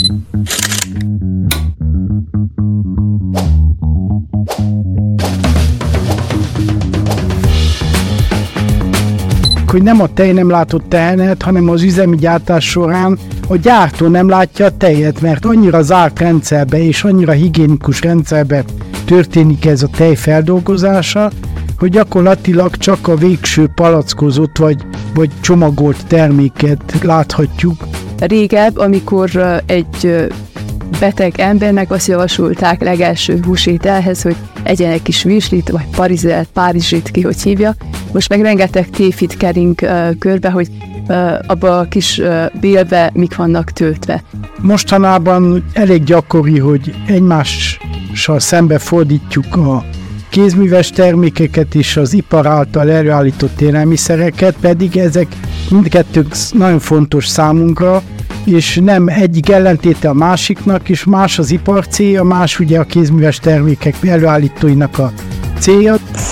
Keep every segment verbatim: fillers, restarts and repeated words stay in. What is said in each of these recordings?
Hogy nem a tej nem látott tehenet, hanem az üzemi gyártás során a gyártó nem látja a tejet, mert annyira zárt rendszerbe és annyira higiénikus rendszerbe történik ez a tej feldolgozása, hogy gyakorlatilag csak a végső palackozott vagy, vagy csomagolt terméket láthatjuk. Régebb, amikor egy beteg embernek azt javasolták legelső húsételhez, hogy egyen egy kis virslit, vagy parizelt, párizsit, ki hogy hívja. Most meg rengeteg tévhit kering uh, körbe, hogy uh, abba a kis uh, bélbe mik vannak töltve. Mostanában elég gyakori, hogy egymással szembe fordítjuk a kézműves termékeket és az ipar által előállított élelmiszereket, pedig ezek mindkettők nagyon fontos számunkra, és nem egyik ellentéte a másiknak, és más az ipar célja, más ugye a kézműves termékek előállítóinak a célja.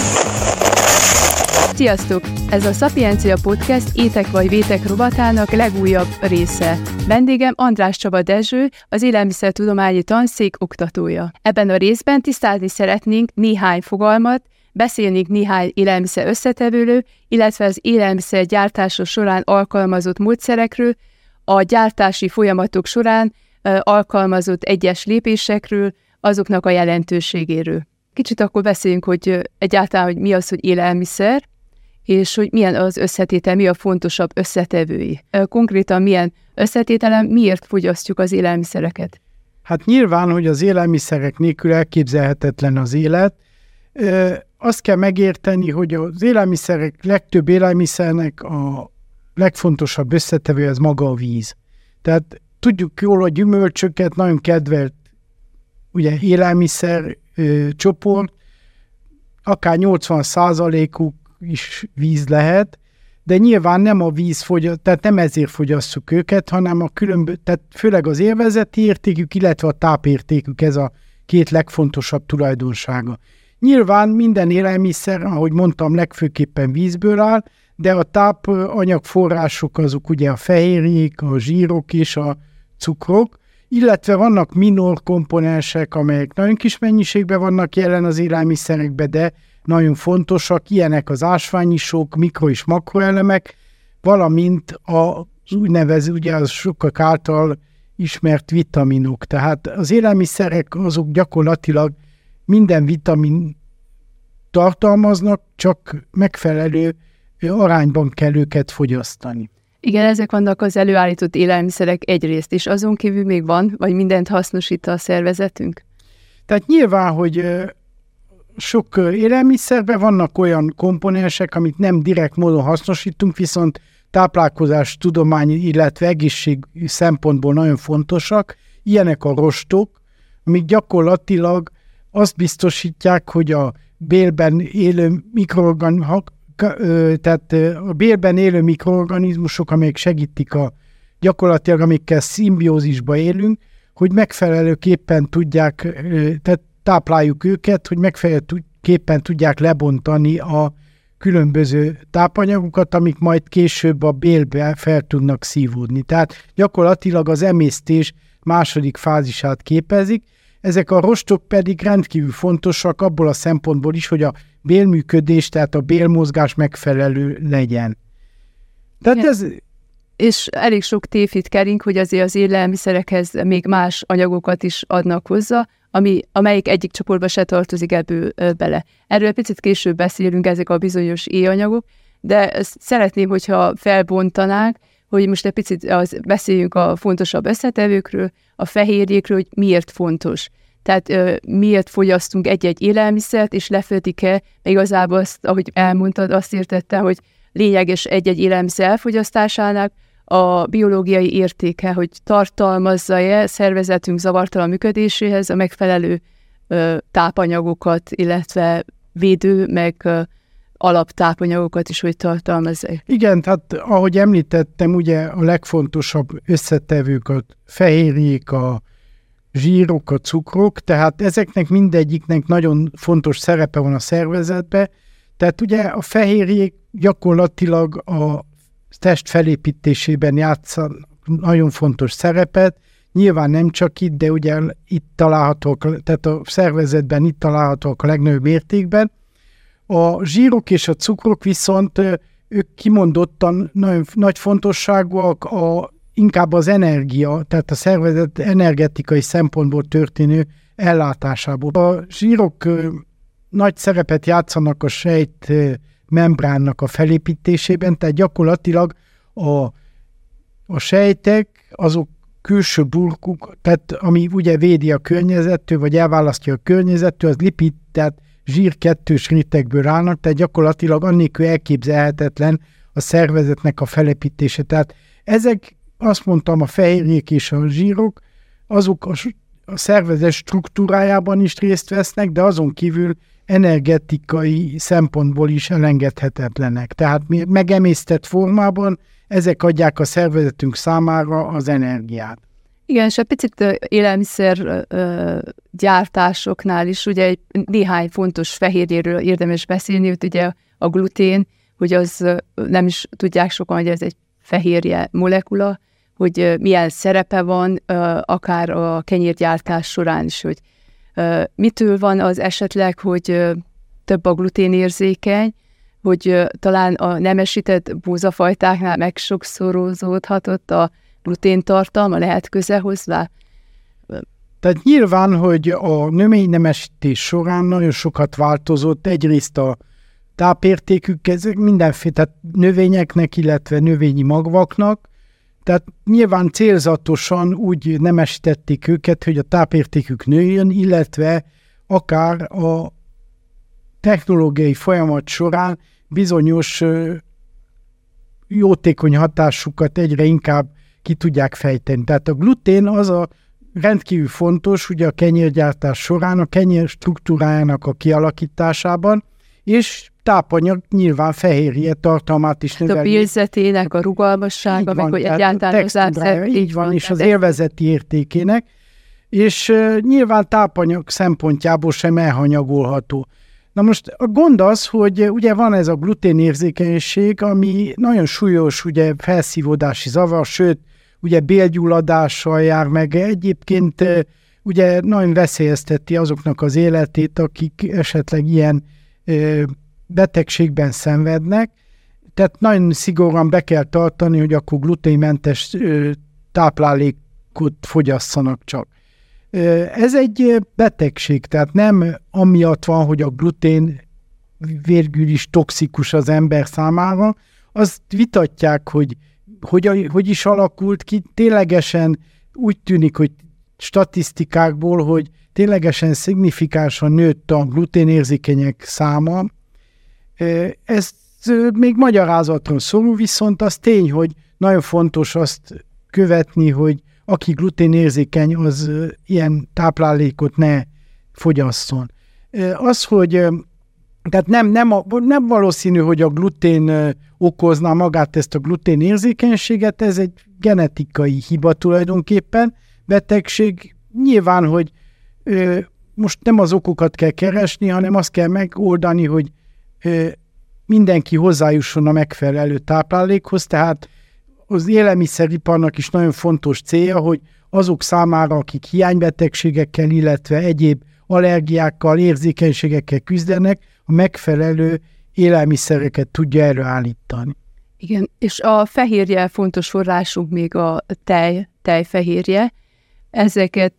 Sziasztok! Ez a Szapiencia Podcast étek vagy vétek rovatának legújabb része. Vendégem András Csaba Dezső, az Élelmiszertudományi Tanszék oktatója. Ebben a részben tisztázni szeretnénk néhány fogalmat, beszélnénk néhány élelmiszer összetevőről, illetve az élelmiszer gyártása során alkalmazott módszerekről, a gyártási folyamatok során uh, alkalmazott egyes lépésekről, azoknak a jelentőségéről. Kicsit akkor beszéljünk, hogy uh, egyáltalán, hogy mi az, hogy élelmiszer, és hogy milyen az összetétel, mi a fontosabb összetevői. Uh, konkrétan milyen összetételen, miért fogyasztjuk az élelmiszereket? Hát nyilván, hogy az élelmiszerek nélkül elképzelhetetlen az élet. Uh, azt kell megérteni, hogy az élelmiszerek, legtöbb élelmiszernek a legfontosabb összetevő az maga a víz. Tehát tudjuk jól, a gyümölcsöket nagyon kedvelt ugye élelmiszer ö, csoport, akár nyolcvan százalékuk is víz lehet, de nyilván nem a víz fogyaszt, tehát nem ezért fogyasszuk őket, hanem a különböző, tehát főleg az élvezeti értékük, illetve a tápértékük, ez a két legfontosabb tulajdonsága. Nyilván minden élelmiszer, ahogy mondtam, legfőképpen vízből áll, de a tápanyagforrások azok ugye a fehérjék, a zsírok és a cukrok, illetve vannak minor komponensek, amelyek nagyon kis mennyiségben vannak jelen az élelmiszerekben, de nagyon fontosak, ilyenek az ásványisok, mikro- és makroelemek, valamint az úgynevezett, ugye az sokak által ismert vitaminok. Tehát az élelmiszerek azok gyakorlatilag minden vitamin tartalmaznak, csak megfelelő arányban kell őket fogyasztani. Igen, ezek vannak az előállított élelmiszerek egyrészt, és azon kívül még van, vagy mindent hasznosít a szervezetünk? Tehát nyilván, hogy sok élelmiszerben vannak olyan komponensek, amit nem direkt módon hasznosítunk, viszont táplálkozás, tudomány, illetve egészség szempontból nagyon fontosak. Ilyenek a rostok, amik gyakorlatilag azt biztosítják, hogy a bélben élő mikroorganizmusok, tehát a bélben élő mikroorganizmusok, amelyek segítik a gyakorlatilag, amikkel szimbiózisba élünk, hogy megfelelőképpen tudják, tehát tápláljuk őket, hogy megfelelőképpen tudják lebontani a különböző tápanyagokat, amik majd később a bélbe fel tudnak szívódni. Tehát gyakorlatilag az emésztés második fázisát képezik. Ezek a rostok pedig rendkívül fontosak abból a szempontból is, hogy a bélműködés, tehát a bélmozgás megfelelő legyen. Tehát ez... És elég sok tévhit kering, hogy azért az élelmiszerekhez még más anyagokat is adnak hozzá, ami, amelyik egyik csoportba se tartozik ebből bele. Erről picit később beszélünk, ezek a bizonyos éjanyagok, de szeretném, hogyha felbontanák, hogy most egy picit az, beszéljünk a fontosabb összetevőkről, a fehérjékről, hogy miért fontos. Tehát ö, miért fogyasztunk egy-egy élelmiszert, és leföldik-e, igazából azt, ahogy elmondtad, azt értette, hogy lényeges egy-egy élelmiszer elfogyasztásának a biológiai értéke, hogy tartalmazza-e szervezetünk zavartalan működéséhez a megfelelő ö, tápanyagokat, illetve védő, meg ö, alaptápanyagokat is, hogy tartalmazza. Igen, tehát ahogy említettem, ugye a legfontosabb összetevők a fehérjék, a zsírok, a cukrok, tehát ezeknek mindegyiknek nagyon fontos szerepe van a szervezetben. Tehát ugye a fehérjék gyakorlatilag a test felépítésében játszanak nagyon fontos szerepet. nyilván nem csak itt, de ugye itt találhatók, tehát a szervezetben itt találhatók a legnagyobb mértékben. A zsírok és a cukrok viszont ők kimondottan nagyon nagy fontosságúak a, inkább az energia, tehát a szervezet energetikai szempontból történő ellátásából. A zsírok nagy szerepet játszanak a sejt membránnak a felépítésében, tehát gyakorlatilag a, a sejtek, azok külső burkuk, tehát ami ugye védi a környezettől, vagy elválasztja a környezettől, az lipid, tehát zsír kettős rétegből állnak, tehát gyakorlatilag annélkül elképzelhetetlen a szervezetnek a felépítése. Tehát ezek, azt mondtam, a fehérjék és a zsírok, azok a, a szervezet struktúrájában is részt vesznek, de azon kívül energetikai szempontból is elengedhetetlenek. Tehát megemésztett formában ezek adják a szervezetünk számára az energiát. Igen, és egy picit élelmiszer gyártásoknál is ugye egy néhány fontos fehérjéről érdemes beszélni, hogy ugye a glutén, hogy az nem is tudják sokan, hogy ez egy fehérje molekula, hogy milyen szerepe van akár a kenyérgyártás során is, hogy mitől van az esetleg, hogy több a gluténérzékeny, hogy talán a nemesített búzafajtáknál megsokszorozódhatott a gluténtartalma, lehet köze hozzá? Tehát nyilván, hogy a növénynemesítés során nagyon sokat változott, egyrészt a tápértékük, ezek mindenféle, tehát növényeknek, illetve növényi magvaknak, tehát nyilván célzatosan úgy nemesítették őket, hogy a tápértékük nőjön, illetve akár a technológiai folyamat során bizonyos jótékony hatásukat egyre inkább ki tudják fejteni. Tehát a glutén az a rendkívül fontos, ugye a kenyérgyártás során, a kenyér struktúrájának a kialakításában, és tápanyag nyilván fehérje tartalmát is növeli. A bélzetének a rugalmassága, meg hogy egyáltalán az átszert. Így van, és az élvezeti értékének, és uh, nyilván tápanyag szempontjából sem elhanyagolható. Na most a gond az, hogy ugye van ez a gluténérzékenység, ami nagyon súlyos ugye felszívódási zavar, sőt, ugye bélgyulladással jár meg, egyébként ugye nagyon veszélyezteti azoknak az életét, akik esetleg ilyen betegségben szenvednek, tehát nagyon szigorúan be kell tartani, hogy akkor gluténmentes táplálékot fogyasszanak csak. Ez egy betegség, tehát nem amiatt van, hogy a glutén végül is toxikus az ember számára, azt vitatják, hogy hogy, hogy is alakult ki, ténylegesen úgy tűnik, hogy statisztikákból, hogy ténylegesen szignifikánsan nőtt a gluténérzékenyek száma. Ez még magyarázatról szorul, viszont az tény, hogy nagyon fontos azt követni, hogy aki gluténérzékeny, az ilyen táplálékot ne fogyasszon. Az, hogy tehát nem, nem, a, nem valószínű, hogy a glutén okozná magát ezt a gluténérzékenységet, ez egy genetikai hiba tulajdonképpen, betegség. Nyilván, hogy ö, most nem az okokat kell keresni, hanem azt kell megoldani, hogy ö, mindenki hozzájusson a megfelelő táplálékhoz, tehát az élelmiszeriparnak is nagyon fontos célja, hogy azok számára, akik hiánybetegségekkel, illetve egyéb allergiákkal, érzékenységekkel küzdenek, a megfelelő élelmiszereket tudja előállítani. Igen, és a fehérje fontos forrásunk még a tej, tejfehérje. Ezeket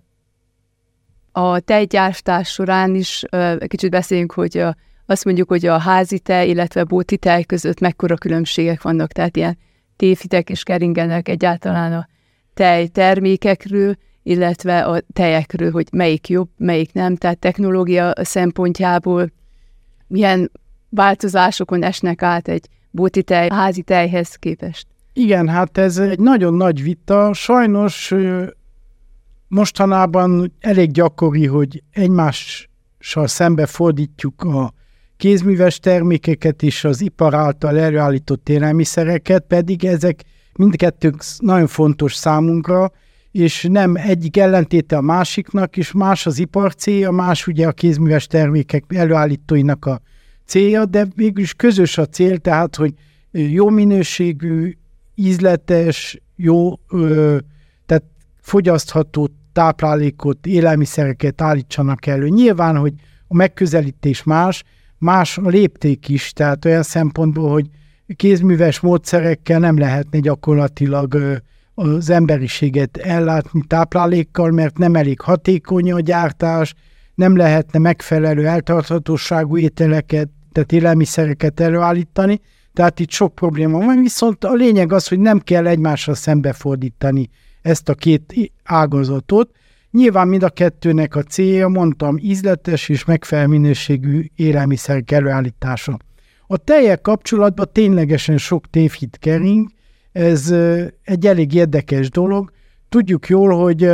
a tejgyártás során is kicsit beszéljünk, hogy azt mondjuk, hogy a házi tej, illetve a bóti tej között mekkora különbségek vannak, tehát ilyen tévhitek és keringenek egyáltalán a tejtermékekről, illetve a tejekről, hogy melyik jobb, melyik nem, tehát technológia szempontjából milyen változásokon esnek át egy bóti tej, házi tejhez képest. Igen, hát ez egy nagyon nagy vita. Sajnos mostanában elég gyakori, hogy egymással szembe fordítjuk a kézműves termékeket és az ipar által előállított élelmiszereket, pedig ezek mindkettők nagyon fontos számunkra, és nem egyik ellentéte a másiknak, és más az ipar célja, más ugye a kézműves termékek előállítóinak a célja, de végülis közös a cél, tehát, hogy jó minőségű, ízletes, jó, ö, tehát fogyasztható táplálékot, élelmiszereket állítsanak elő. Nyilván, hogy a megközelítés más, más a lépték is, tehát olyan szempontból, hogy kézműves módszerekkel nem lehetne gyakorlatilag az emberiséget ellátni táplálékkal, mert nem elég hatékony a gyártás, nem lehetne megfelelő eltarthatóságú ételeket, tehát élelmiszereket előállítani, tehát itt sok probléma van, viszont a lényeg az, hogy nem kell egymásra szembefordítani ezt a két ágazatot. Nyilván mind a kettőnek a célja, mondtam, ízletes és megfelelő minőségű élelmiszerek előállítása. A tejjel kapcsolatban ténylegesen sok tévhit kering, ez egy elég érdekes dolog. Tudjuk jól, hogy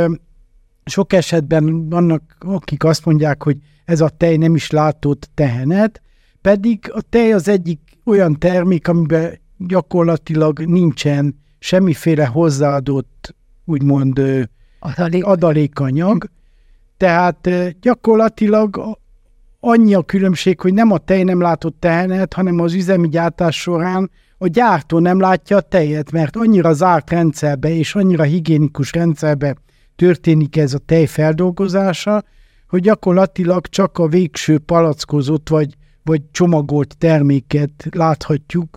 sok esetben vannak, akik azt mondják, hogy ez a tej nem is látott tehenet, pedig a tej az egyik olyan termék, amiben gyakorlatilag nincsen semmiféle hozzáadott, úgymond Adalék. adalékanyag. Tehát gyakorlatilag annyi a különbség, hogy nem a tej nem látott tehenet, hanem az üzemi gyártás során a gyártó nem látja a tejet, mert annyira zárt rendszerbe és annyira higiénikus rendszerbe történik ez a tej feldolgozása, hogy gyakorlatilag csak a végső palackozott vagy, vagy csomagolt terméket láthatjuk.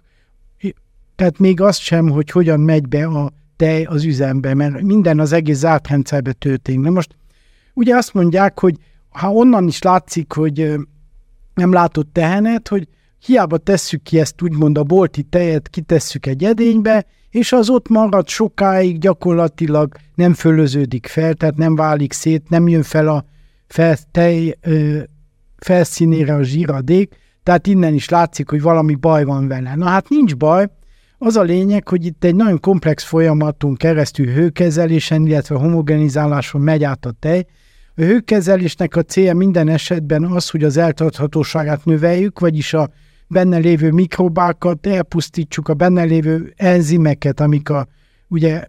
Tehát még azt sem, hogy hogyan megy be a tej az üzembe, mert minden az egész zárt rendszerbe történik. Na most ugye azt mondják, hogy ha onnan is látszik, hogy nem látott tehenet, hogy hiába tesszük ki ezt úgymond a bolti tejet, kitesszük egy edénybe, és az ott marad sokáig, gyakorlatilag nem fölöződik fel, tehát nem válik szét, nem jön fel a fel, tej ö, felszínére a zsíradék, tehát innen is látszik, hogy valami baj van vele. Na hát nincs baj, az a lényeg, hogy itt egy nagyon komplex folyamaton keresztül hőkezelésen, illetve homogenizáláson megy át a tej. A hőkezelésnek a célja minden esetben az, hogy az eltarthatóságát növeljük, vagyis a benne lévő mikrobákat elpusztítsuk, a benne lévő enzimeket, amik a ugye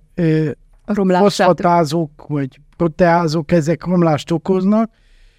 foszfatázók vagy proteázók, ezek romlást okoznak,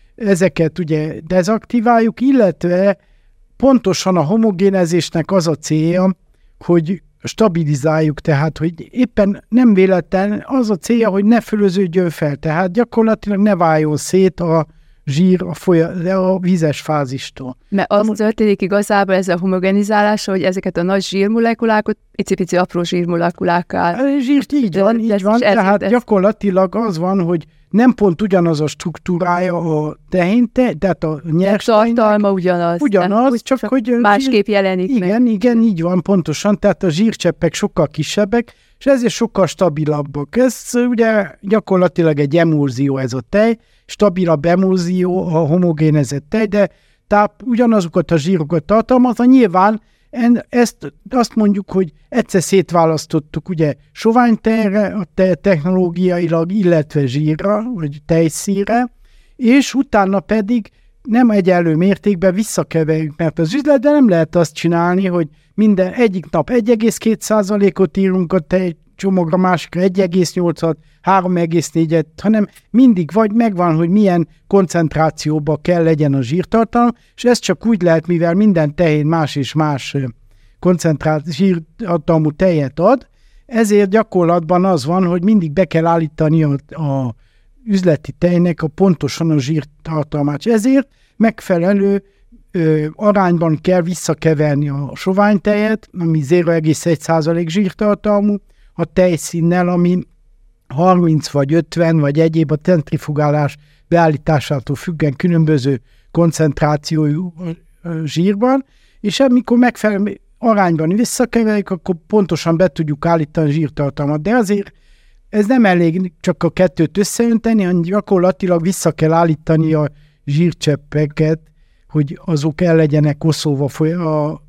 ezeket ugye dezaktiváljuk, illetve pontosan a homogénezésnek az a célja, hogy stabilizáljuk, tehát, hogy éppen nem véletlen az a célja, hogy ne fölöződjön fel, tehát gyakorlatilag ne váljon szét a zsír a, folya, a vízes fázistól. Mert az történik igazából ez a homogenizálása, hogy ezeket a nagy zsírmolekulákat icipici apró zsírmolekulákkal. A zsírt így van, így van, tehát ez... gyakorlatilag az van, hogy nem pont ugyanaz a struktúrája a tehén, tehát a nyers tartalma ugyanaz. Ugyanaz, de, csak, csak hogy... Másképp jelenik igen, meg. Igen, így van, pontosan, tehát a zsírcseppek sokkal kisebbek, és ezért sokkal stabilabbak. Ez ugye gyakorlatilag egy emulzió ez a tej, stabilabb emulzió a homogénezett tej, de táp ugyanazokat a zsírokat tartalmazza. Nyilván en, ezt azt mondjuk, hogy egyszer szétválasztottuk ugye soványtejre, a tej technológiailag, illetve zsírra, vagy tejszínre, és utána pedig nem egyenlő mértékben visszakeverjük, mert az üzletben nem lehet azt csinálni, hogy minden egyik nap egy egész két százalékot írunk a tejcsomagra, másikra egy egész nyolcat, három egész négyet, hanem mindig vagy megvan, hogy milyen koncentrációba kell legyen a zsírtartalom, és ez csak úgy lehet, mivel minden tehén más és más koncentrált zsírtartalmú tejet ad, ezért gyakorlatban az van, hogy mindig be kell állítani a, a üzleti tejnek a pontosan a zsírtartalmát. Ezért megfelelő ö, arányban kell visszakeverni a soványtejet, ami zéro egész egy százalék zsírtartalmú, a tejszínnel, ami harminc vagy ötven vagy egyéb a centrifugálás beállításától függen különböző koncentrációjú zsírban, és amikor megfelelő arányban visszakeverjük, akkor pontosan be tudjuk állítani a zsírtartalmat. De azért ez nem elég csak a kettőt összeönteni, hanem gyakorlatilag vissza kell állítani a zsírcseppeket, hogy azok el legyenek oszolva a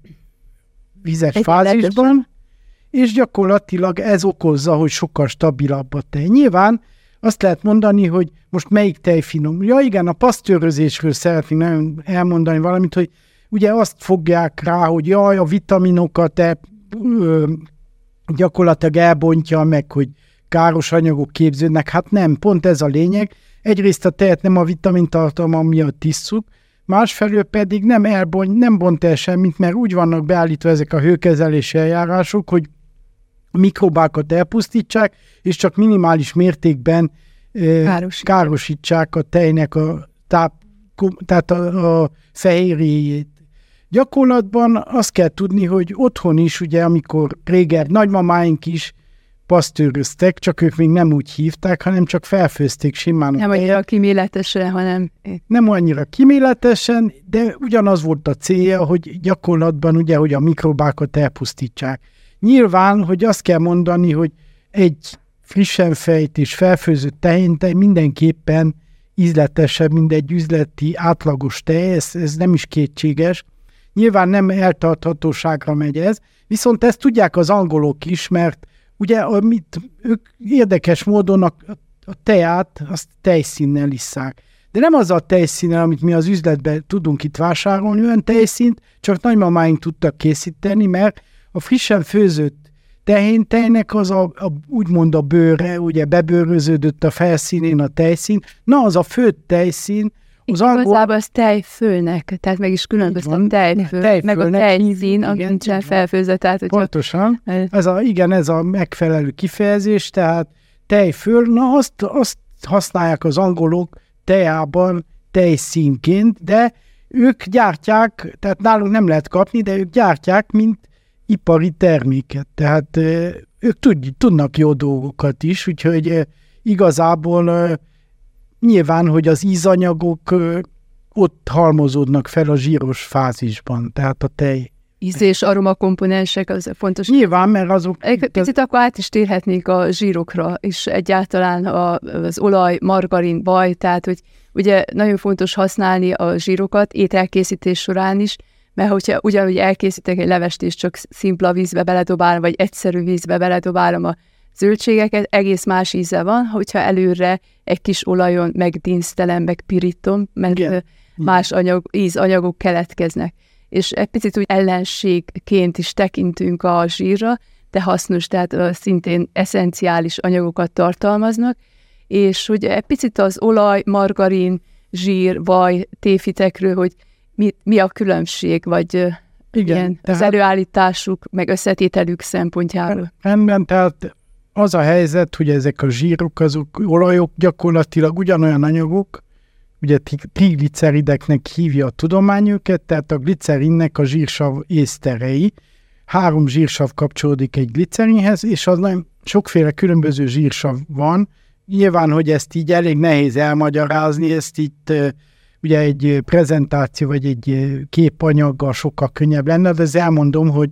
vizes egy fázisban, és gyakorlatilag ez okozza, hogy sokkal stabilabb a tej. Nyilván azt lehet mondani, hogy most melyik tej finom. Ja igen, a pasztőrözésről szeretnék nagyon elmondani valamit, hogy ugye azt fogják rá, hogy jaj, a vitaminokat e, ö, gyakorlatilag elbontja meg, hogy káros anyagok képződnek. Hát nem, pont ez a lényeg. Egyrészt a tejet nem a vitamintartalma miatt isszuk, másfelől pedig nem elbont, nem bont el semmit, mert úgy vannak beállítva ezek a hőkezelési eljárások, hogy mikrobákat elpusztítsák, és csak minimális mértékben Károsítják. károsítsák a tejnek a, táp, tehát a, a fehérjéjét. Gyakorlatban azt kell tudni, hogy otthon is, ugye, amikor régen nagymamáink is pasztőröztek, csak ők még nem úgy hívták, hanem csak felfőzték simán. Nem annyira kiméletesen, hanem... Nem annyira kiméletesen, de ugyanaz volt a célja, hogy gyakorlatban ugye, hogy a mikrobákat elpusztítsák. Nyilván, hogy azt kell mondani, hogy egy frissen fejt és felfőzött tehéntej mindenképpen ízletesebb, mint egy üzleti átlagos tej, ez, ez nem is kétséges. Nyilván nem eltarthatóságra megy ez, viszont ezt tudják az angolok is, mert ugye amit ők érdekes módon a, a teát, azt tejszínnel isszák. De nem az a tejszínnel, amit mi az üzletben tudunk itt vásárolni, olyan tejszínt csak nagymamáink tudtak készíteni, mert a frissen főzött tehéntejnek az a, a, úgymond a bőre, ugye bebőröződött a felszínén a tejszín. Na, az a főtt tejszín, az angol... Igazából az tejfölnek, tehát meg is különböző a tejföl, tejfölnek, meg a tejszín, ami nincsen felfőzve. Tehát, pontosan, ez a, igen, ez a megfelelő kifejezés, tehát tejföl, na azt, azt használják az angolok tejában tejszínként, de ők gyártják, tehát nálunk nem lehet kapni, de ők gyártják, mint ipari terméket. Tehát ők tud, tudnak jó dolgokat is, úgyhogy igazából nyilván, hogy az ízanyagok ott halmozódnak fel a zsíros fázisban, tehát a tej. Íz és aromakomponensek, az fontos. Nyilván, mert azok... Egy picit akkor át is térhetnénk a zsírokra, és egyáltalán az olaj, margarin, vaj, tehát hogy ugye nagyon fontos használni a zsírokat ételkészítés során is, mert hogyha ugyanúgy elkészítek egy levest, és csak szimpla vízbe beledobálom, vagy egyszerű vízbe beledobálom a zöldségeket, egész más íze van, hogyha előre egy kis olajon megdísztelem, meg pirítom, mert igen, más anyag, ízanyagok keletkeznek. És egy picit úgy ellenségként is tekintünk a zsírra, de hasznos, tehát szintén eszenciális anyagokat tartalmaznak, és hogy egy picit az olaj, margarin, zsír, vaj, téfitekről, hogy mi, mi a különbség, vagy igen, ilyen, tehát, az előállításuk, meg összetételük szempontjáról. Rendben, tehát az a helyzet, hogy ezek a zsírok, azok olajok gyakorlatilag ugyanolyan anyagok, ugye triglicerideknek hívja a tudomány őket, tehát a glicerinnek a zsírsav észterei. Három zsírsav kapcsolódik egy glicerinhez, és az nagyon sokféle különböző zsírsav van. Nyilván, hogy ezt így elég nehéz elmagyarázni, ezt itt ugye egy prezentáció vagy egy képanyaggal sokkal könnyebb lenne, de ezt elmondom, hogy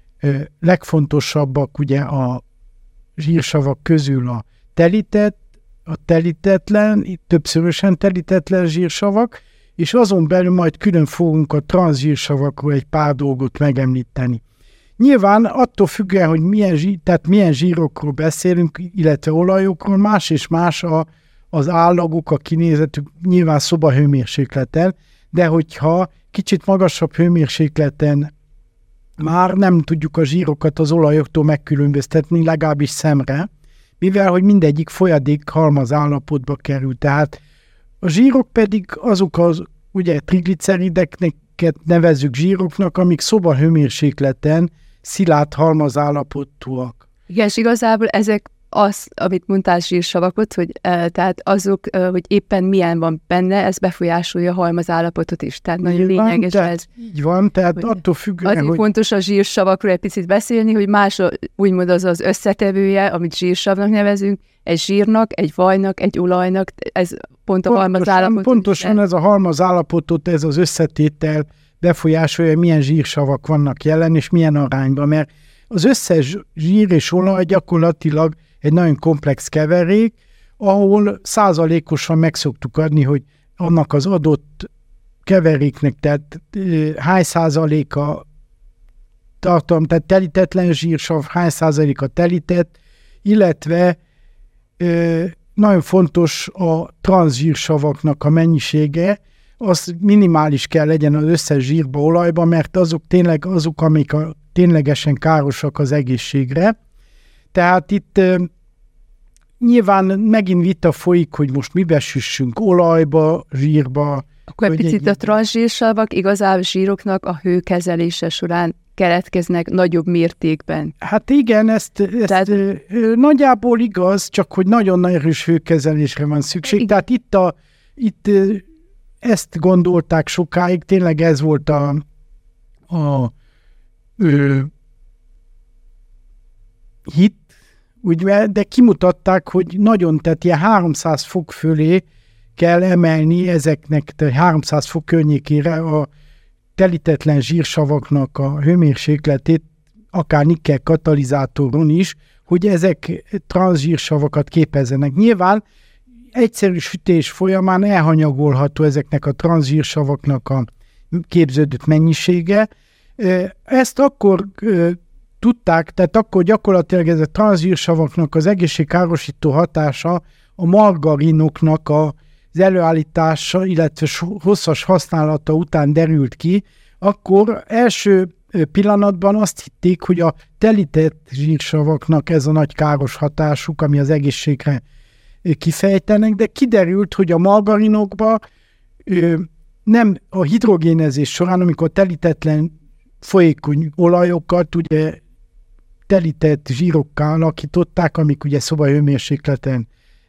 legfontosabbak ugye a zsírsavak közül a telített, a telítetlen, többszörösen telítetlen zsírsavak, és azon belül majd külön fogunk a transzsírsavakról egy pár dolgot megemlíteni. Nyilván attól függően, hogy milyen, zsír, tehát milyen zsírokról beszélünk, illetve olajokról, más és más a, az állagok, a kinézetük, nyilván szobahőmérsékleten, de hogyha kicsit magasabb hőmérsékleten már nem tudjuk a zsírokat az olajoktól megkülönböztetni, legalábbis szemre, mivel hogy mindegyik folyadék halmaz állapotba kerül. Tehát a zsírok pedig azok az, ugye triglicerideknek nevezzük zsíroknak, amik szobahőmérsékleten szilárd halmaz állapotúak. Igen, és igazából ezek az, amit mondtál zsírsavakot, hogy e, tehát azok, e, hogy éppen milyen van benne, ez befolyásolja a halmazállapotot is. Tehát nagyon Nyilván, lényeges tehát ez. Így van, tehát attól függően, azért hogy... fontos a zsírsavakról egy picit beszélni, hogy más, a, úgymond az az összetevője, amit zsírsavnak nevezünk, egy zsírnak, egy vajnak, egy olajnak, ez pont a halmazállapotot. Pontosan is ez a halmazállapotot, ez az összetétel befolyásolja, milyen zsírsavak vannak jelen, és milyen arányban, mert az összes zsír és olaj gyakorlatilag egy nagyon komplex keverék, ahol százalékosan meg szoktuk adni, hogy annak az adott keveréknek, tehát hány százaléka tartalom, tehát telítetlen zsírsav, hány százaléka telített, illetve ö, nagyon fontos a transzsírsavaknak a mennyisége, az minimális kell legyen az összes zsírba, olajba, mert azok tényleg azok, amik a, ténylegesen károsak az egészségre. Tehát itt uh, nyilván megint vita folyik, hogy most mibe süssünk, olajba, zsírba. Akkor egy picit egy... a transzsírsavak igazából zsíroknak a hőkezelése során keletkeznek nagyobb mértékben. Hát igen, ezt, ezt Tehát, nagyjából igaz, csak hogy nagyon erős hőkezelésre van szükség. Igen. Tehát itt, a, itt ezt gondolták sokáig, tényleg ez volt a, a ö, hit, ugye, de kimutatták, hogy nagyon, tehát ilyen háromszáz fok fölé kell emelni ezeknek, tehát háromszáz fok környékére a telítetlen zsírsavaknak a hőmérsékletét, akár nikkel katalizátoron is, hogy ezek transzsírsavakat képezzenek. Nyilván egyszerű sütés folyamán elhanyagolható ezeknek a transzsírsavaknak a képződött mennyisége. Ezt akkor tudták, tehát akkor gyakorlatilag ez a transzsírsavaknak az egészségkárosító hatása a margarinoknak a az előállítása, illetve hosszas használata után derült ki, akkor első pillanatban azt hitték, hogy a telített zsírsavaknak ez a nagy káros hatásuk, ami az egészségre kifejtenek, de kiderült, hogy a margarinokban nem a hidrogénezés során, amikor telítetlen folyékony olajokat, ugye telített zsírokká alakították, amik ugye szobahőmérsékleten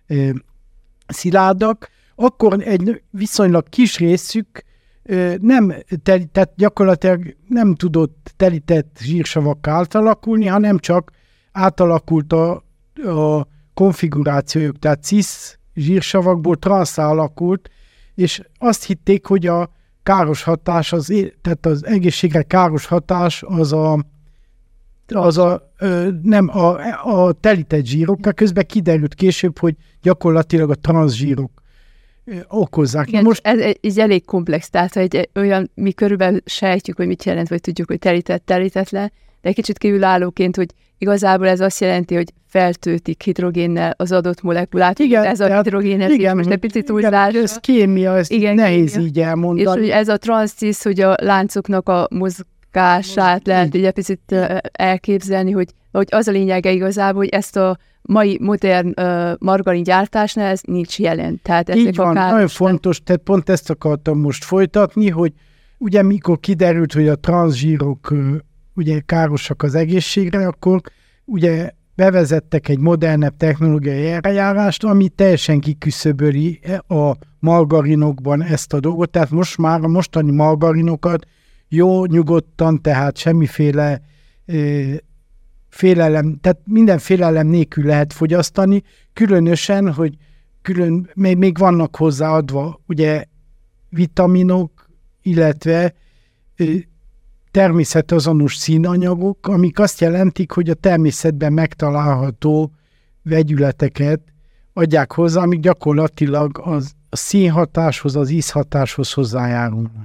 szilárdak, akkor egy viszonylag kis részük nem, tehát gyakorlatilag nem tudott telített zsírsavakká átalakulni, hanem csak átalakult a, a konfigurációjuk, tehát cis zsírsavakból transzá alakult, és azt hitték, hogy a káros hatás, az, tehát az egészségre káros hatás az a, az a, nem a, a telített zsírokkal, közben kiderült később, hogy gyakorlatilag a transzsírok okozzák. Igen, most ez, ez elég komplex, tehát egy olyan, mi körülbelül sejtjük, hogy mit jelent, vagy tudjuk, hogy telített, telítetlen, de egy kicsit kívülállóként, hogy igazából ez azt jelenti, hogy feltöltik hidrogénnel az adott molekulát. Igen, ez a hidrogénezés, igen, most egy picit úgy lássuk. Ez kémia, ez igen, nehéz kémia. Így elmondani. És hogy ez a transzcisz, hogy a láncoknak a mozgását lehet így egy picit elképzelni, hogy, hogy az a lényege igazából, hogy ezt a mai modern uh, margarin gyártásnál ez nincs jelen. Tehát így van, káros... nagyon fontos, tehát pont ezt akartam most folytatni, hogy ugye mikor kiderült, hogy a transzsírok uh, ugye károsak az egészségre, akkor ugye bevezettek egy modernebb technológiai eljárást, ami teljesen kiküszöböli a margarinokban ezt a dolgot, tehát most már a mostani margarinokat jó, nyugodtan, tehát semmiféle uh, félelem, tehát minden félelem nélkül lehet fogyasztani, különösen, hogy külön, még, még vannak hozzáadva ugye vitaminok, illetve ö, természetazonos színanyagok, amik azt jelentik, hogy a természetben megtalálható vegyületeket adják hozzá, amik gyakorlatilag az, a színhatáshoz, az ízhatáshoz hozzájárulnak.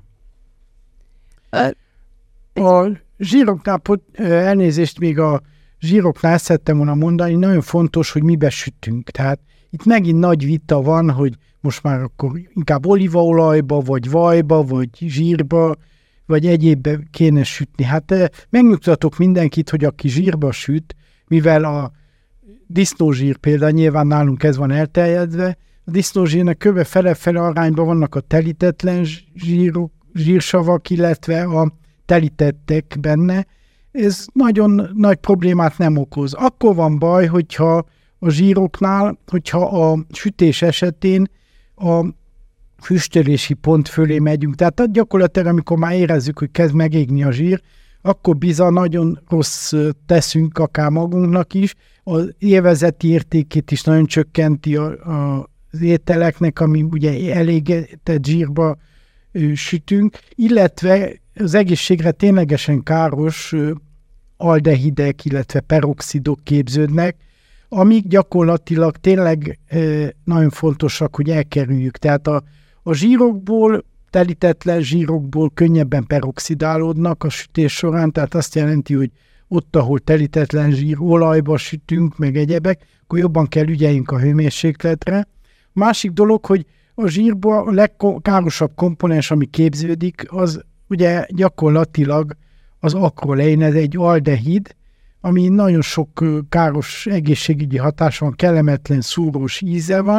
A zsíroknál, elnézést még a zsíroknál ezt szerettem volna mondani, nagyon fontos, hogy mibe sütünk. Tehát itt megint nagy vita van, hogy most már akkor inkább olívaolajba, vagy vajba, vagy zsírba, vagy egyébbe kéne sütni. Hát megnyugtatok mindenkit, hogy aki zsírba süt, mivel a disznózsír például, nyilván nálunk ez van elterjedve, a disznózsírnak kb. Fele-fele arányban vannak a telítetlen zsírok, zsírsavak, illetve a telítettek benne, ez nagyon nagy problémát nem okoz. Akkor van baj, hogyha a zsíroknál, hogyha a sütés esetén a füstölési pont fölé megyünk. Tehát gyakorlatilag, amikor már érezzük, hogy kezd megégni a zsír, akkor bizony nagyon rossz teszünk akár magunknak is. Az élvezeti értékét is nagyon csökkenti a, a, az ételeknek, ami ugye elégetett zsírba ö, sütünk, illetve az egészségre ténylegesen káros ö, aldehidek, illetve peroxidok képződnek, amik gyakorlatilag tényleg ö, nagyon fontosak, hogy elkerüljük. Tehát a, a zsírokból, telítetlen zsírokból könnyebben peroxidálódnak a sütés során, tehát azt jelenti, hogy ott, ahol telítetlen zsír, olajba sütünk, meg egyebek, akkor jobban kell ügyeljünk a hőmérsékletre. A másik dolog, hogy a zsírból a legkárosabb komponens, ami képződik, az ugye gyakorlatilag az akrolein, ez egy aldehid, ami nagyon sok káros egészségügyi hatás van, kellemetlen, szúrós íze van,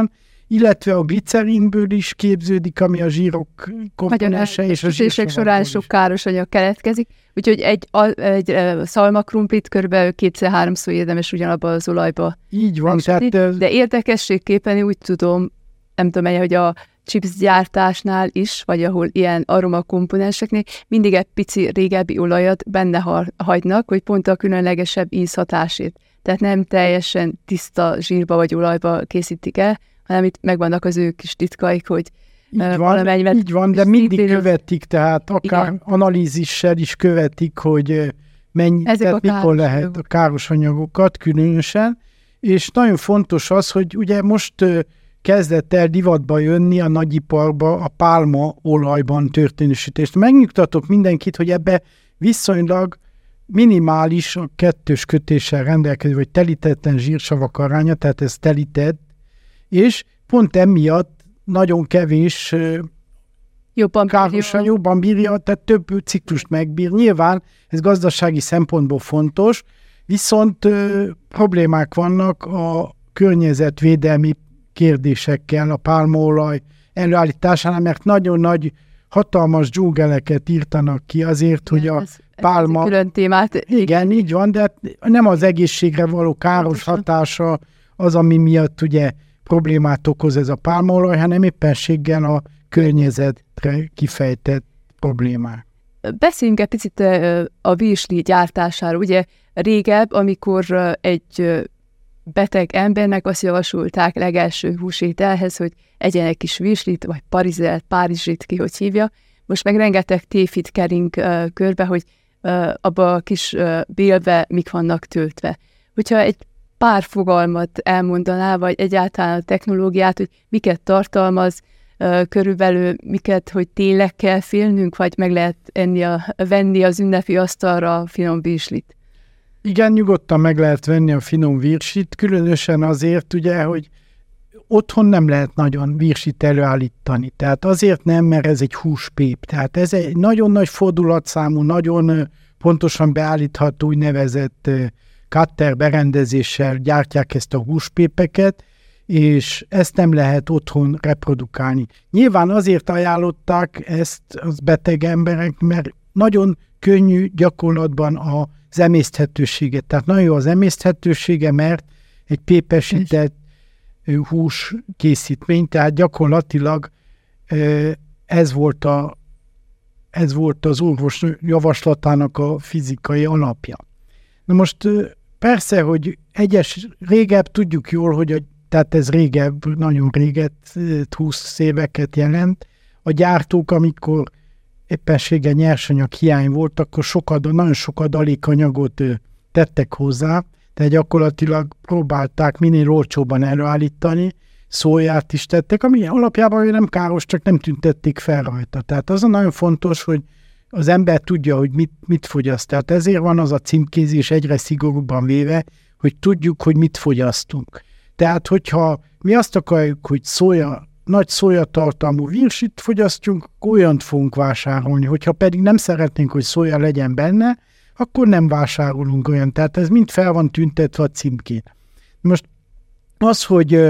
illetve a glicerinből is képződik, ami a zsírok komponense, és a zsírsavakból során sok káros anyag keletkezik, úgyhogy egy, egy szalmakrumplit körülbelül kétszer-háromszor érdemes ugyanabban az olajba. Így van. Tehát, de érdekességképpen úgy tudom, nem tudom, hogy a chips gyártásnál is, vagy ahol ilyen aromakomponenseknél mindig egy pici régebbi olajat benne hagynak, hogy pont a különlegesebb ízhatásért. Tehát nem teljesen tiszta zsírba vagy olajba készítik el, hanem itt megvannak az ő kis titkaik, hogy így van, valamennyi, így van, de mindig szintén követik, tehát akár igen. analízissel is követik, hogy mennyi, tehát mikor lehet anyagok. A káros anyagokat különösen, és nagyon fontos az, hogy ugye most kezdett el divatba jönni a nagyiparba a pálmaolajban történő sütést. Megnyugtatok mindenkit, hogy ebbe viszonylag minimális a kettős kötéssel rendelkező, vagy telítetlen zsírsavak aránya, tehát ez telített, és pont emiatt nagyon kevés jobban károsan jobban bírja, tehát több ciklust megbír. Nyilván ez gazdasági szempontból fontos, viszont ö, problémák vannak a környezetvédelmi kérdésekkel a pálmaolaj előállításánál, mert nagyon nagy, hatalmas dzsungeleket írtanak ki azért, hogy a ez, pálma... Ez külön témát. Igen, így van, de nem az egészségre való káros hatása az, ami miatt ugye problémát okoz ez a pálmaolaj, hanem éppenséggel a környezetre kifejtett problémák. Beszéljünk egy picit a virsli gyártásáról. Ugye régebb, amikor egy beteg embernek azt javasolták legelső húsételhez, hogy egyen egy kis virslit, vagy parizelt, párizsit, ki hogy hívja. Most meg rengeteg tévhit kering uh, körbe, hogy uh, abba a kis uh, bélbe mik vannak töltve. Hogyha egy pár fogalmat elmondaná, vagy egyáltalán a technológiát, hogy miket tartalmaz, uh, körülbelül miket, hogy tényleg kell félnünk, vagy meg lehet enni a, venni az ünnepi asztalra a finom virslit. Igen, nyugodtan meg lehet venni a finom virsit, különösen azért, ugye, hogy otthon nem lehet nagyon virsit előállítani. Tehát azért nem, mert ez egy húspép. Tehát ez egy nagyon nagy fordulatszámú, nagyon pontosan beállítható úgynevezett cutter berendezéssel gyártják ezt a húspépeket, és ezt nem lehet otthon reprodukálni. Nyilván azért ajánlották ezt az beteg emberek, mert nagyon könnyű gyakorlatban a az emészthetőséget. Tehát nagyon jó az emészthetősége, mert egy pépesített hús készítmény, tehát gyakorlatilag ez volt, a, ez volt az orvos javaslatának a fizikai alapja. Na most persze, hogy egyes régebb tudjuk jól, hogy a, tehát ez régebb, nagyon réget, húsz éveket jelent, a gyártók, amikor éppenséggel nyersanyag hiány volt, akkor sokat, nagyon sok adalékanyagot tettek hozzá, tehát gyakorlatilag próbálták minél olcsóban előállítani, szóját is tettek, ami alapjában nem káros, csak nem tüntették fel rajta. Tehát az a nagyon fontos, hogy az ember tudja, hogy mit, mit fogyaszt. Tehát ezért van az a címkézés egyre szigorúbban véve, hogy tudjuk, hogy mit fogyasztunk. Tehát, hogyha mi azt akarjuk, hogy szója, nagy szójatartalmú virsit fogyasztjunk, olyant fogunk vásárolni. Hogyha pedig nem szeretnénk, hogy szója legyen benne, akkor nem vásárolunk olyan. Tehát ez mind fel van tüntetve a címkén. Most az, hogy uh,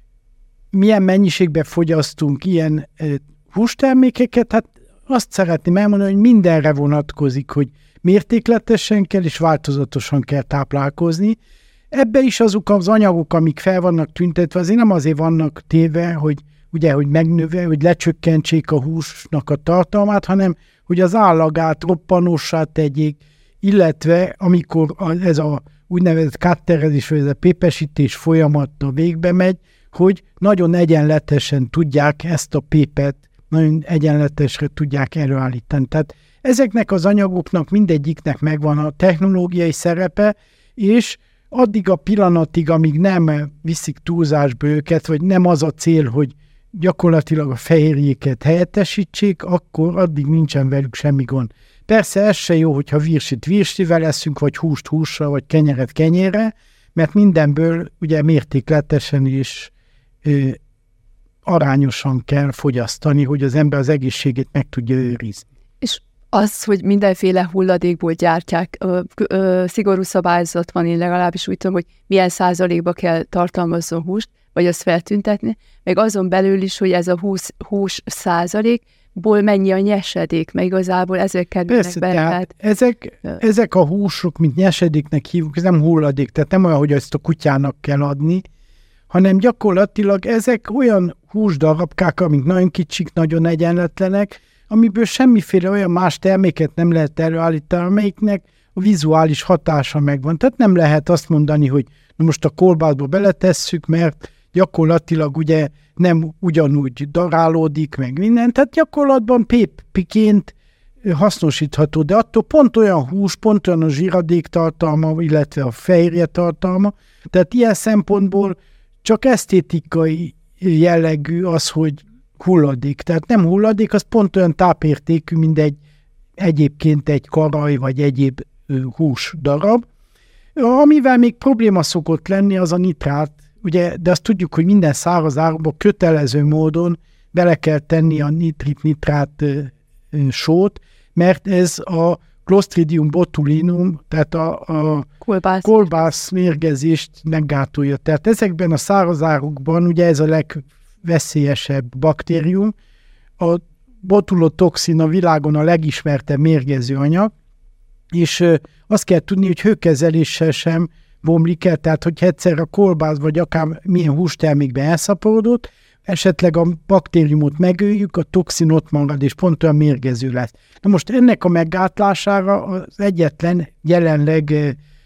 milyen mennyiségben fogyasztunk ilyen uh, hústermékeket, hát azt szeretném elmondani, hogy mindenre vonatkozik, hogy mértékletesen kell és változatosan kell táplálkozni. Ebbe is azok az anyagok, amik fel vannak tüntetve, azért nem azért vannak téve, hogy ugye, hogy megnöve, hogy lecsökkentsék a húsnak a tartalmát, hanem hogy az állagát roppanossá tegyék, illetve amikor ez a úgynevezett cutterezés, vagy ez a pépesítés folyamata végbe megy, hogy nagyon egyenletesen tudják ezt a pépet, nagyon egyenletesre tudják előállítani. Tehát ezeknek az anyagoknak mindegyiknek megvan a technológiai szerepe, és addig a pillanatig, amíg nem viszik túlzásba őket, vagy nem az a cél, hogy gyakorlatilag a fehérjéket helyettesítsék, akkor addig nincsen velük semmi gond. Persze ez se jó, hogyha virsit virsivel eszünk, vagy húst hússal, vagy kenyeret kenyérre, mert mindenből ugye mértékletesen és ö, arányosan kell fogyasztani, hogy az ember az egészségét meg tudja őrizni. És az, hogy mindenféle hulladékból gyártják, ö, ö, szigorú szabályzat van, én legalábbis úgy tudom, hogy milyen százalékba kell tartalmazzon húst, vagy azt feltüntetni, meg azon belül is, hogy ez a húsz, húsz százalékból mennyi a nyesedék, mert igazából ezek kerülnek Persze, be. tehát Tehát, ezek, ezek a húsok, mint nyesedéknek hívjuk, ez nem hulladék, tehát nem olyan, hogy ezt a kutyának kell adni, hanem gyakorlatilag ezek olyan húsdarabkák, amik nagyon kicsik, nagyon egyenletlenek, amiből semmiféle olyan más terméket nem lehet előállítani, amelyiknek a vizuális hatása megvan. Tehát nem lehet azt mondani, hogy na most a kolbászba beletesszük, mert gyakorlatilag ugye nem ugyanúgy darálódik, meg minden. Tehát gyakorlatban péppiként hasznosítható, de attól pont olyan hús, pont olyan a zsíradék tartalma, illetve a fehérje tartalma. Tehát ilyen szempontból csak esztétikai jellegű az, hogy hulladék. Tehát nem hulladék, az pont olyan tápértékű, mint egy egyébként egy karaj, vagy egyéb hús darab. Amivel még probléma szokott lenni, az a nitrát, ugye, de azt tudjuk, hogy minden száraz árukba kötelező módon bele kell tenni a nitrit-nitrát sót, mert ez a Clostridium botulinum, tehát a, a kolbász. kolbász mérgezést meggátolja. Tehát ezekben a száraz árukban ugye ez a legveszélyesebb baktérium. A botulotoxin a világon a legismertebb mérgező anyag, és azt kell tudni, hogy hőkezeléssel sem bomlik el, tehát hogyha egyszer a kolbász vagy akár milyen hústermékben elszaporodott, esetleg a baktériumot megöljük, a toxin ott marad, és pont olyan mérgező lesz. Na most ennek a meggátlására az egyetlen jelenleg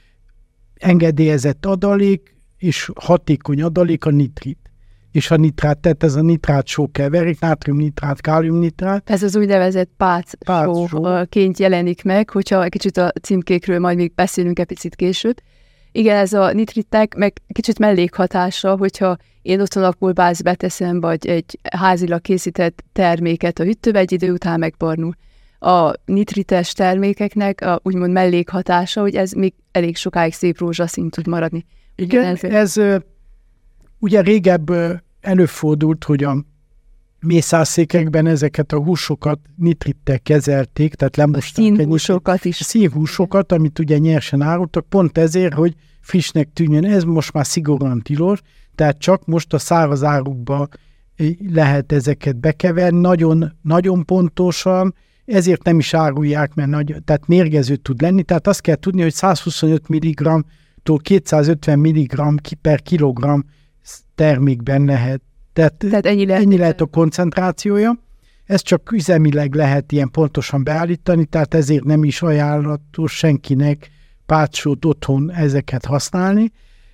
engedélyezett adalék, és hatékony adalék a nitrit. És a nitrát, tehát ez a nitrát-só keverék, nátriumnitrát, káliumnitrát. Ez az úgynevezett pácsóként jelenik meg, hogyha egy kicsit a címkékről majd még beszélünk egy picit később. Igen, ez a nitritek, meg kicsit mellékhatása, hogyha én otthon a kolbászt beteszem, vagy egy házilag készített terméket a hűtőbe, egy idő után megbarnul. A nitrites termékeknek a úgymond mellékhatása, hogy ez még elég sokáig szép rózsaszín tud maradni. Igen, ez, ez ugye régebb előfordult, hogy a mészárszékekben ezeket a húsokat nitrittel kezelték, tehát lemosták. A színhúsokat is. Színhúsokat, amit ugye nyersen árultak, pont ezért, hogy frissnek tűnjön. Ez most már szigorúan tilos, tehát csak most a száraz árukba lehet ezeket bekeverni, nagyon, nagyon pontosan, ezért nem is árulják, mert nagy, tehát mérgező tud lenni, tehát azt kell tudni, hogy százhuszonöt milligrammtól kétszázötven milligramm per kilogramm termékben lehet. Tehát, Tehát ennyi, lehet, ennyi lehet a koncentrációja. Ez csak üzemileg lehet ilyen pontosan beállítani, tehát ezért nem is ajánlatos senkinek pácsót otthon ezeket használni.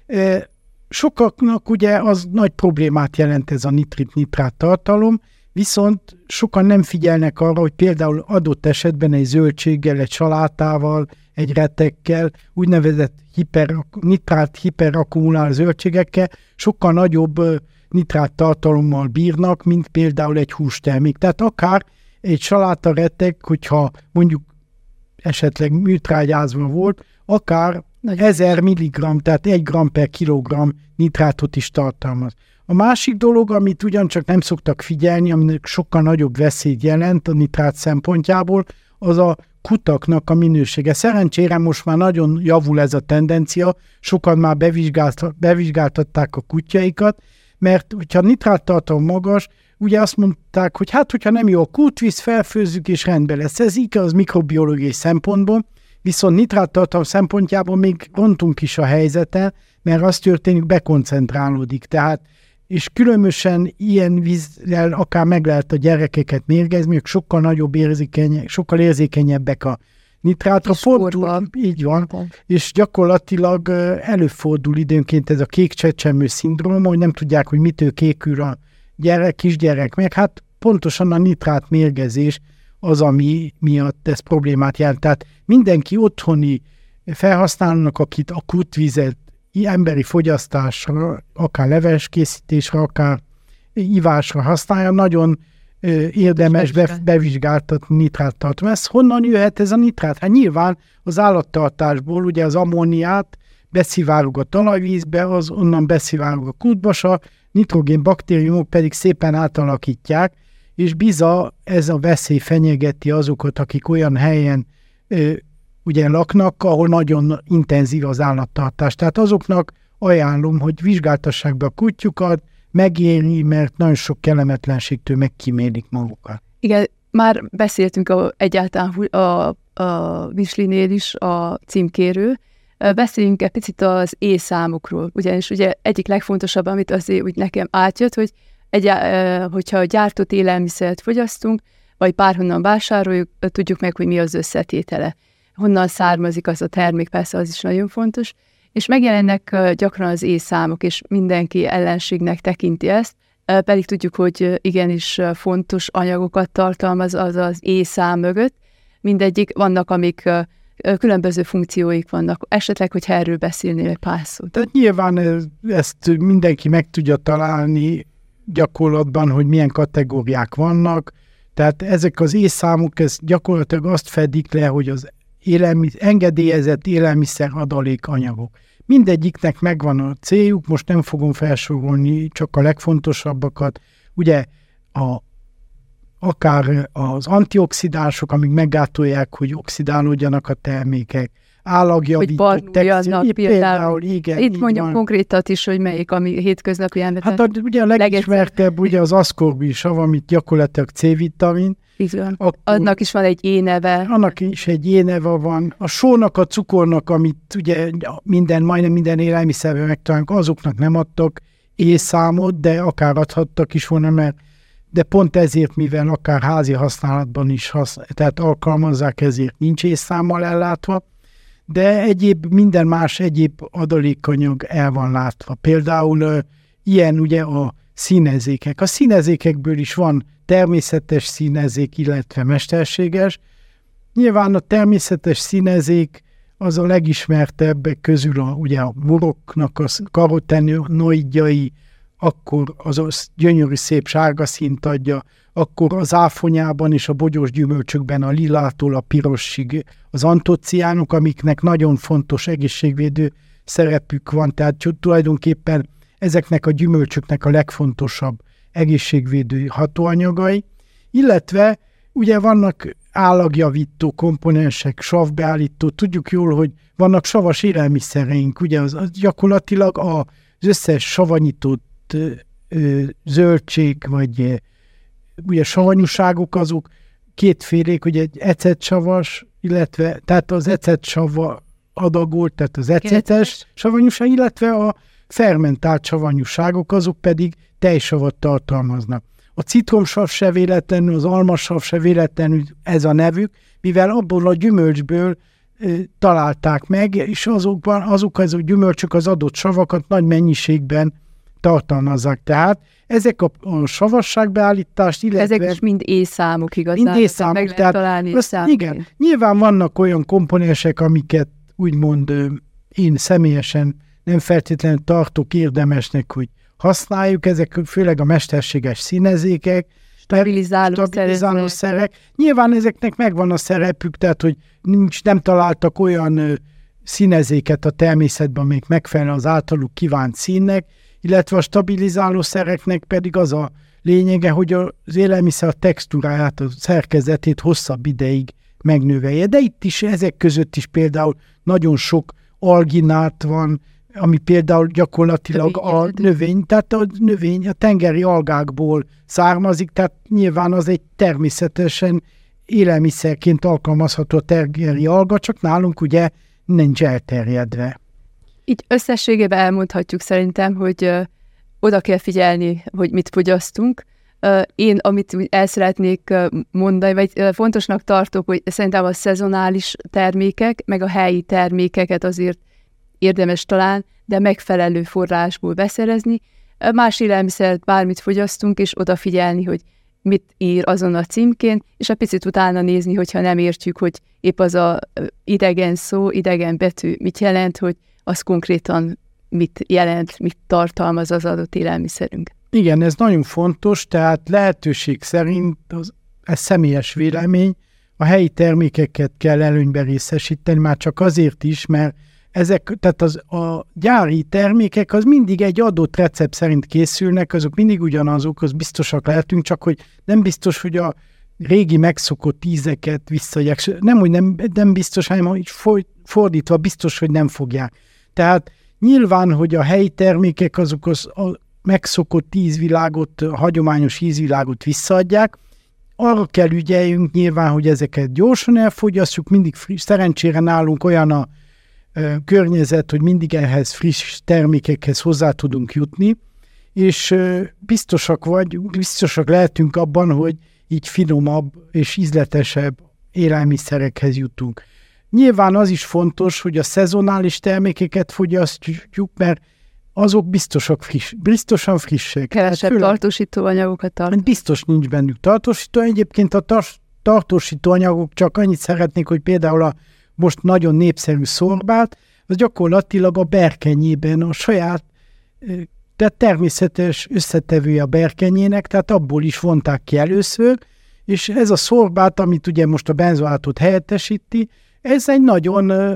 Sokaknak ugye az nagy problémát jelent ez a nitrit-nitrát tartalom, viszont sokan nem figyelnek arra, hogy például adott esetben egy zöldséggel, egy salátával, egy retekkel, úgynevezett hiper, nitrát hiperakkumuláló zöldségekkel sokkal nagyobb nitrát tartalommal bírnak, mint például egy hústermék. Tehát akár egy salátaretek, hogyha mondjuk esetleg műtrágyázva volt, akár Nagyon ezer milligramm, tehát egy gram per kilogramm nitrátot is tartalmaz. A másik dolog, amit ugyancsak nem szoktak figyelni, aminek sokkal nagyobb veszélyt jelent a nitrát szempontjából, az a kutaknak a minősége. Szerencsére most már nagyon javul ez a tendencia, sokan már bevizsgált, bevizsgáltatták a kutyaikat, mert hogyha nitráttartalom magas, ugye azt mondták, hogy hát, hogyha nem jó a kútvíz, felfőzzük és rendben lesz. Ez igaz mikrobiológiai szempontból, viszont nitráttartalom szempontjából még rontunk is a helyzeten, mert az történik, bekoncentrálódik. Tehát, és különösen ilyen vízzel akár meg lehet a gyerekeket mérgezni, ők sokkal nagyobb érzékenyek, sokkal érzékenyebbek a nitrátra. Fordul, így van, és gyakorlatilag előfordul időnként ez a kék csecsemő szindróma, hogy nem tudják, hogy mitől kékül a gyerek, kisgyerek, meg hát pontosan a nitrát mérgezés az, ami miatt ez problémát jelent. Tehát mindenki otthoni felhasználónak, akit a kutvizet emberi fogyasztásra, akár leveskészítésre, akár ivásra használja, nagyon érdemes be, bevizsgáltatni nitráttartalom. Ez honnan jöhet ez a nitrát? Hát nyilván az állattartásból ugye az ammóniát beszivárog a talajvízbe, az onnan beszivárog a kútbasa, nitrogén baktériumok pedig szépen átalakítják, és biza ez a veszély fenyegeti azokat, akik olyan helyen ö, ugye laknak, ahol nagyon intenzív az állattartás. Tehát azoknak ajánlom, hogy vizsgáltassák be a kutyukat, megéri, mert nagyon sok kellemetlenségtől megkímélik magukat. Igen, már beszéltünk a, egyáltalán a, a Vislinél is a címkéről. Beszéljünk egy picit az E-számokról, ugyanis ugye egyik legfontosabb, amit azért úgy nekem átjött, hogy egy, hogyha gyártott élelmiszert fogyasztunk, vagy bárhonnan vásároljuk, tudjuk meg, hogy mi az összetétele. Honnan származik az a termék, persze az is nagyon fontos. És megjelennek gyakran az E-számok, és mindenki ellenségnek tekinti ezt, pedig tudjuk, hogy igenis fontos anyagokat tartalmaz az az E-szám mögött. Mindegyik, vannak, amik különböző funkcióik vannak. Esetleg, hogyha erről beszélnél egy pár szót. Tehát nyilván ezt mindenki meg tudja találni gyakorlatban, hogy milyen kategóriák vannak. Tehát ezek az E-számok, ez gyakorlatilag azt fedik le, hogy az élelmiszer, engedélyezett élelmiszer adalék anyagok. Mindegyiknek megvan a céljuk, most nem fogom felsorolni csak a legfontosabbakat. Ugye a, akár az antioxidánsok, amik meggátolják, hogy oxidálódjanak a termékek, állagjavítók, hogy barnuljanak például. Igen, itt mondjuk van. Konkrétat is, hogy melyik, ami hétköznapi ember. Hát a, ugye a legismertebb ugye az aszkorbilsav, amit gyakorlatilag C-vitamin. Igen. Annak is van egy E-neve. Annak is egy E-neve van. A sónak, a cukornak, amit ugye minden, majdnem minden élelmiszerben megtalálunk, azoknak nem adtak E-számot, de akár adhattak is volna, mert de pont ezért, mivel akár házi használatban is használ, tehát alkalmazzák, ezért nincs E-számmal ellátva, de egyéb, minden más egyéb adalékanyag el van látva. Például uh, ilyen ugye a színezékek. A színezékekből is van természetes színezék, illetve mesterséges. Nyilván a természetes színezék az a legismertebbek közül a, ugye a boroknak a karotenoidjai, akkor az, az gyönyörű szép sárga színt adja, akkor az áfonyában és a bogyós gyümölcsökben a lilától a pirosig az antociánok, amiknek nagyon fontos egészségvédő szerepük van, tehát tulajdonképpen ezeknek a gyümölcsöknek a legfontosabb egészségvédő hatóanyagai, illetve ugye vannak állagjavító komponensek, savbeállító, tudjuk jól, hogy vannak savas élelmiszereink, ugye az, az gyakorlatilag az összes savanyított ö, ö, zöldség, vagy ö, ugye savanyúságok azok kétfélék, ugye egy ecetsavas, illetve, tehát az ecetsava adagolt, tehát az ecetes savanyúság, illetve a fermentált savanyúságok, azok pedig tejsavat tartalmaznak. A citromsav se véletlenül, az almasav se véletlenül ez a nevük, mivel abból a gyümölcsből e, találták meg, és azokban, azok az a gyümölcsök az adott savakat nagy mennyiségben tartalmazzák. Tehát ezek a, a savasságbeállítást, illetve... Ezek is mind E-számok igazán. Mind E-számok, meg lehet tehát találni azt, igen, nyilván vannak olyan komponensek, amiket úgymond én személyesen nem feltétlenül tartok érdemesnek, hogy használjuk, ezek főleg a mesterséges színezékek, stabilizáló, stabilizáló szerek. Nyilván ezeknek megvan a szerepük, tehát hogy nincs, nem találtak olyan ö, színezéket a természetben, amelyik megfelel az általuk kívánt színnek, illetve a stabilizáló szereknek pedig az a lényege, hogy az élelmiszer a textúráját, a szerkezetét hosszabb ideig megnövelje. De itt is, ezek között is például nagyon sok alginát van, ami például gyakorlatilag a növény, tehát a növény a tengeri algákból származik, tehát nyilván az egy természetesen élelmiszerként alkalmazható a tengeri alga, csak nálunk ugye nincs elterjedve. Így összességében elmondhatjuk szerintem, hogy ö, oda kell figyelni, hogy mit fogyasztunk. Ö, én, amit el szeretnék ö, mondani, vagy ö, fontosnak tartok, hogy szerintem a szezonális termékek, meg a helyi termékeket azért érdemes talán, de megfelelő forrásból beszerezni. Más élelmiszert, bármit fogyasztunk, és odafigyelni, hogy mit ír azon a címkén, és egy picit utána nézni, hogyha nem értjük, hogy épp az a idegen szó, idegen betű mit jelent, hogy az konkrétan mit jelent, mit tartalmaz az adott élelmiszerünk. Igen, ez nagyon fontos, tehát lehetőség szerint, az, ez személyes vélemény, a helyi termékeket kell előnyben részesíteni, már csak azért is, mert ezek, tehát az, a gyári termékek az mindig egy adott recept szerint készülnek, azok mindig ugyanazok, az biztosak lehetünk, csak hogy nem biztos, hogy a régi megszokott ízeket visszaadják. Nem, hogy nem, nem biztos, hanem hogy fordítva biztos, hogy nem fogják. Tehát Nyilván, hogy a helyi termékek azok az a megszokott ízvilágot, a hagyományos ízvilágot visszaadják. Arra kell ügyeljünk nyilván, hogy ezeket gyorsan elfogyasztjuk, mindig friss, szerencsére nálunk olyan a ö, környezet, hogy mindig ehhez friss termékekhez hozzá tudunk jutni, és ö, biztosak vagy, biztosak lehetünk abban, hogy így finomabb és ízletesebb élelmiszerekhez jutunk. Nyilván az is fontos, hogy a szezonális termékeket fogyasztjuk, mert azok biztosak friss, biztosan frissek. Kevesebb hát tartósítóanyagokat tart. Biztos nincs bennük tartósító. Egyébként a tar- tartósítóanyagok, csak annyit szeretnék, hogy például a most nagyon népszerű szorbát, az gyakorlatilag a berkenyében a saját, tehát természetes összetevője a berkenyének, tehát abból is vonták ki először, és ez a szorbát, amit ugye most a benzoátot helyettesíti, ez egy nagyon ö,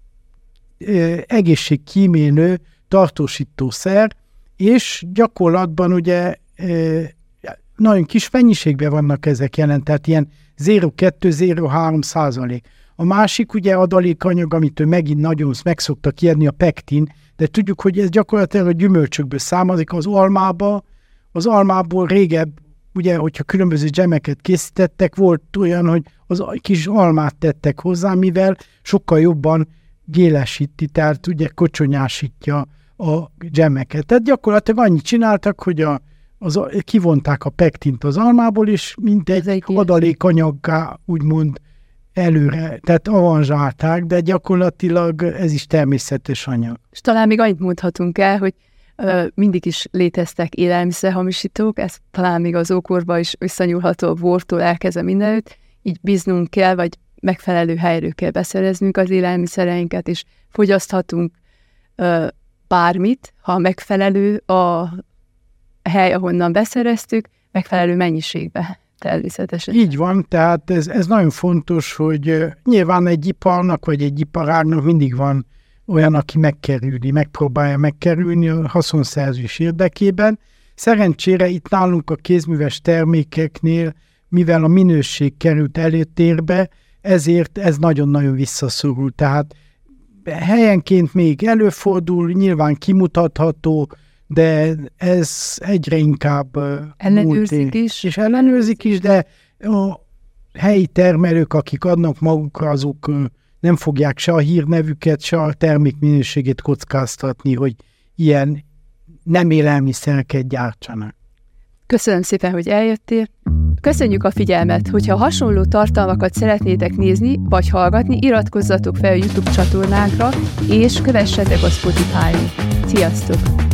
ö, egészségkímélő tartósítószer, és gyakorlatban ugye ö, nagyon kis mennyiségben vannak ezek jelen, tehát ilyen nulla egész kettő - nulla egész három százalék. A másik ugye adalékanyag, amit ő megint nagyon meg szokta kiadni, a pektin, de tudjuk, hogy ez gyakorlatilag a gyümölcsökből származik, az almába, az almából régebb, ugye, hogyha különböző dzsemeket készítettek, volt olyan, hogy az kis almát tettek hozzá, mivel sokkal jobban gélesíti, tehát ugye kocsonyásítja a dzsemeket. Tehát gyakorlatilag annyit csináltak, hogy a, az, kivonták a pektint az almából, és mint egy adalékanyaggá úgymond előre, tehát avanzsálták, de gyakorlatilag ez is természetes anyag. És talán még annyit mondhatunk el, hogy ö, mindig is léteztek élelmiszerhamisítók, ez talán még az ókorban is visszanyúlható a bortól elkezdve mindenütt, így bíznunk kell, vagy megfelelő helyről kell beszereznünk az élelmiszereinket, és fogyaszthatunk ö, bármit, ha megfelelő a hely, ahonnan beszereztük, megfelelő mennyiségben. Természetesen. Így van, tehát ez, ez nagyon fontos, hogy uh, nyilván egy iparnak, vagy egy iparágnak mindig van olyan, aki megkerülni, megpróbálja megkerülni a haszonszerzés érdekében. Szerencsére itt nálunk a kézműves termékeknél, mivel a minőség került előtérbe, ezért ez nagyon-nagyon visszaszorul. Tehát helyenként még előfordul, nyilván kimutatható, de ez egyre inkább ellenőrzik is. És ellenőrzik is, de a helyi termelők, akik adnak magukra, azok nem fogják se a hírnevüket, se a termékminőségét kockáztatni, hogy ilyen nem élelmiszereket gyártsanak. Köszönöm szépen, hogy eljöttél. Köszönjük a figyelmet! Hogyha hasonló tartalmakat szeretnétek nézni, vagy hallgatni, iratkozzatok fel a YouTube csatornánkra, és kövessetek a Spotify-on. Sziasztok!